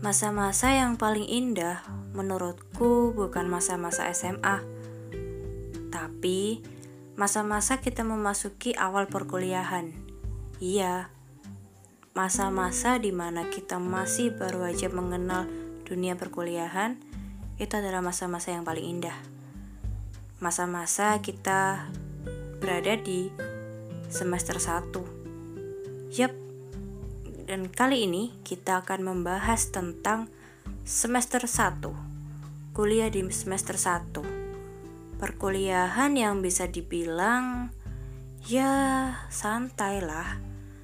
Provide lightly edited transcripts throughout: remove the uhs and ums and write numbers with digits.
Masa-masa yang paling indah menurutku bukan masa-masa SMA, tapi masa-masa kita memasuki awal perkuliahan. Iya, masa-masa dimana kita masih baru aja mengenal dunia perkuliahan, itu adalah masa-masa yang paling indah. Masa-masa kita berada di semester 1. Yap, dan kali ini kita akan membahas tentang semester 1. Kuliah di semester 1. Perkuliahan yang bisa dibilang ya santai lah.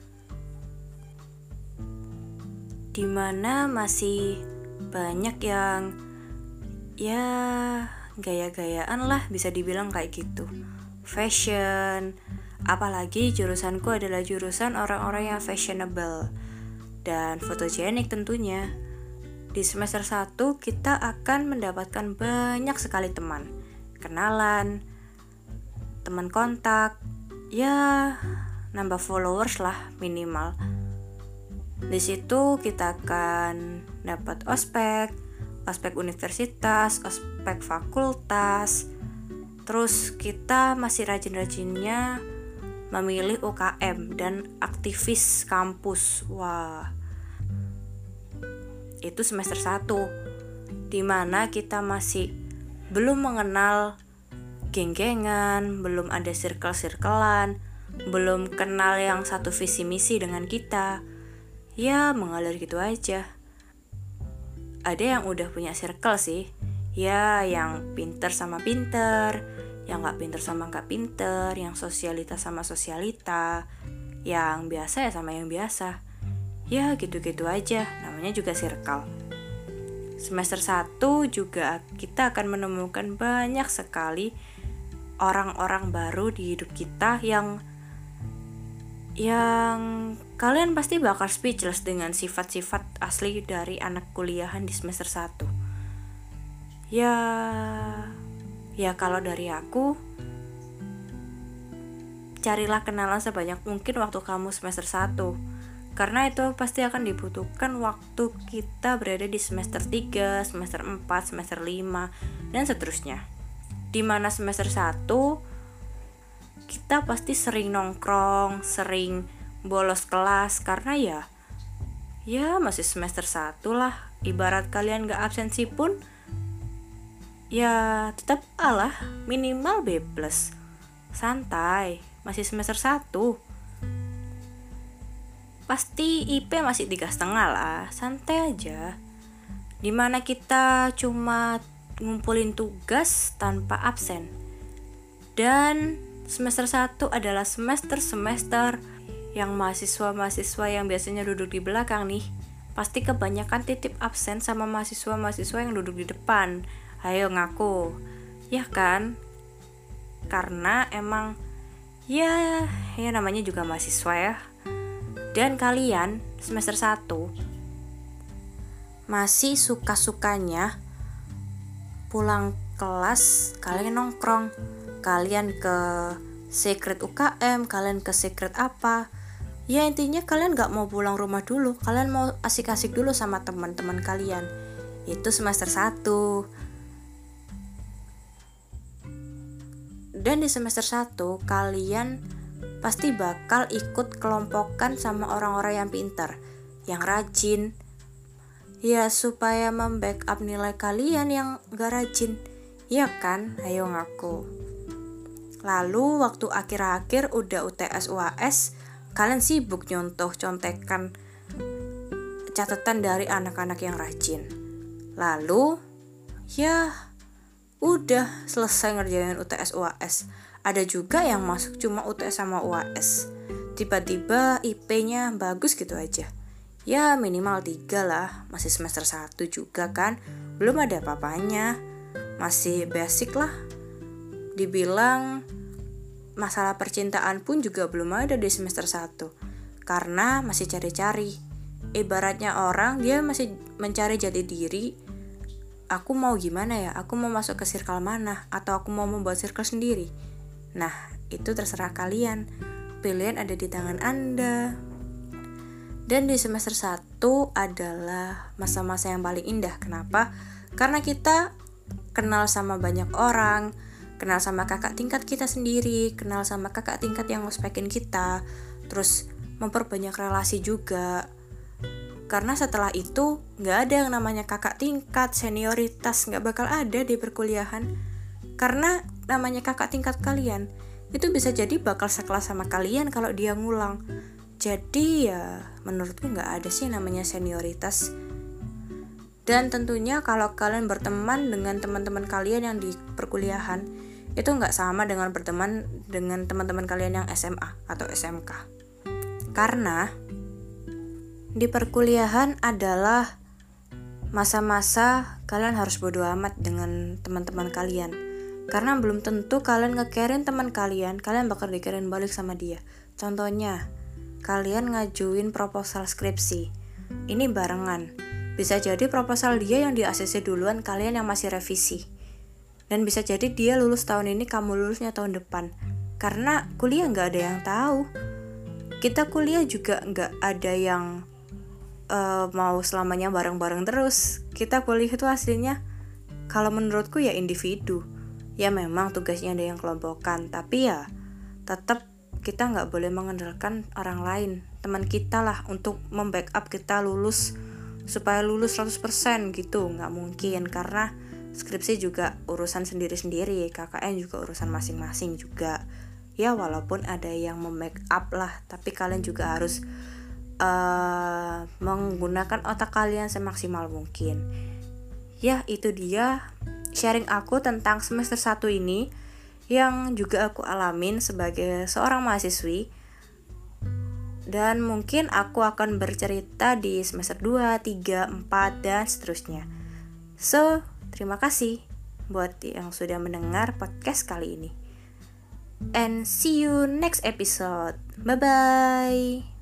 Dimana masih banyak yang ya gaya-gayaan lah, bisa dibilang kayak gitu. Fashion, apalagi jurusanku adalah jurusan orang-orang yang fashionable dan fotogenik tentunya. Di semester 1 kita akan mendapatkan banyak sekali teman, kenalan, teman kontak, ya nambah followers lah minimal. Di situ kita akan dapat ospek universitas, ospek fakultas. Terus kita masih rajin-rajinnya memilih UKM dan aktivis kampus. Wah, itu semester 1, dimana kita masih belum mengenal geng-gengan, belum ada circle-circlean, belum kenal yang satu visi misi dengan kita. Ya mengalir gitu aja. Ada yang udah punya circle sih, ya yang pinter sama pinter, yang gak pinter sama gak pinter, yang sosialita sama sosialita, yang biasa ya sama yang biasa. Ya gitu-gitu aja, namanya juga circle. Semester 1 juga kita akan menemukan banyak sekali orang-orang baru di hidup kita yang kalian pasti bakal speechless dengan sifat-sifat asli dari anak kuliahan di semester 1. Ya kalau dari aku, carilah kenalan sebanyak mungkin waktu kamu semester 1, karena itu pasti akan dibutuhkan waktu kita berada di semester 3, semester 4, semester 5, dan seterusnya. Dimana semester 1 kita pasti sering nongkrong, sering bolos kelas, karena ya masih semester 1 lah. Ibarat kalian gak absensi pun ya tetap A lah, minimal B+. Santai, masih semester 1. Pasti IP masih 3,5 lah, santai aja. Dimana kita cuma ngumpulin tugas tanpa absen. Dan semester 1 adalah semester yang mahasiswa-mahasiswa yang biasanya duduk di belakang nih, pasti kebanyakan titip absen sama mahasiswa-mahasiswa yang duduk di depan. Ayo ngaku, ya kan? Karena emang ya namanya juga mahasiswa ya. Dan kalian semester 1 masih suka-sukanya pulang kelas kalian nongkrong, kalian ke secret UKM, kalian ke secret apa. Ya intinya kalian gak mau pulang rumah dulu, kalian mau asik-asik dulu sama teman-teman kalian. Itu semester 1. Dan di semester 1 kalian pasti bakal ikut kelompokan sama orang-orang yang pintar, yang rajin, ya supaya membackup nilai kalian yang gak rajin. Ya kan? Ayo ngaku. Lalu waktu akhir-akhir udah UTS UAS, kalian sibuk contekan catatan dari anak-anak yang rajin. Lalu ya udah selesai ngerjain UTS UAS. Ada juga yang masuk cuma UTS sama UAS, tiba-tiba IP-nya bagus gitu aja. Ya minimal 3 lah, masih semester 1 juga kan, belum ada apa-apanya, masih basic lah. Dibilang masalah percintaan pun juga belum ada di semester 1, karena masih cari-cari. Ibaratnya orang dia masih mencari jati diri. Aku mau gimana ya? Aku mau masuk ke circle mana? Atau aku mau membuat circle sendiri? Nah, itu terserah kalian. Pilihan ada di tangan Anda. Dan di semester 1 adalah masa-masa yang paling indah. Kenapa? Karena kita kenal sama banyak orang, kenal sama kakak tingkat kita sendiri, kenal sama kakak tingkat yang ngospekin kita, terus memperbanyak relasi juga. Karena setelah itu gak ada yang namanya kakak tingkat, senioritas, gak bakal ada di perkuliahan. Karena namanya kakak tingkat kalian itu bisa jadi bakal sekelas sama kalian kalau dia ngulang. Jadi ya menurutku gak ada sih namanya senioritas. Dan tentunya kalau kalian berteman dengan teman-teman kalian yang di perkuliahan, itu gak sama dengan berteman dengan teman-teman kalian yang SMA atau SMK. Karena di perkuliahan adalah masa-masa kalian harus bodo amat dengan teman-teman kalian. Karena belum tentu kalian nge-carein teman kalian bakal di-carein balik sama dia. Contohnya, kalian ngajuin proposal skripsi. Ini barengan. Bisa jadi proposal dia yang di ACC duluan, kalian yang masih revisi. Dan bisa jadi dia lulus tahun ini, kamu lulusnya tahun depan. Karena kuliah gak ada yang tahu. Kita kuliah juga gak ada yang mau selamanya bareng-bareng terus. Kita kuliah itu aslinya, kalau menurutku ya individu. Ya memang tugasnya ada yang kelompokan, tapi ya tetap kita gak boleh mengandalkan orang lain, teman kita lah, untuk membackup kita lulus, supaya lulus 100% gitu. Gak mungkin, karena skripsi juga urusan sendiri-sendiri, KKN juga urusan masing-masing juga. Ya walaupun ada yang membackup lah, tapi kalian juga harus menggunakan otak kalian semaksimal mungkin. Ya itu dia sharing aku tentang semester 1 ini, yang juga aku alamin sebagai seorang mahasiswi. Dan mungkin aku akan bercerita di semester 2, 3, 4, dan seterusnya. So, terima kasih buat yang sudah mendengar podcast kali ini. And see you next episode. Bye-bye.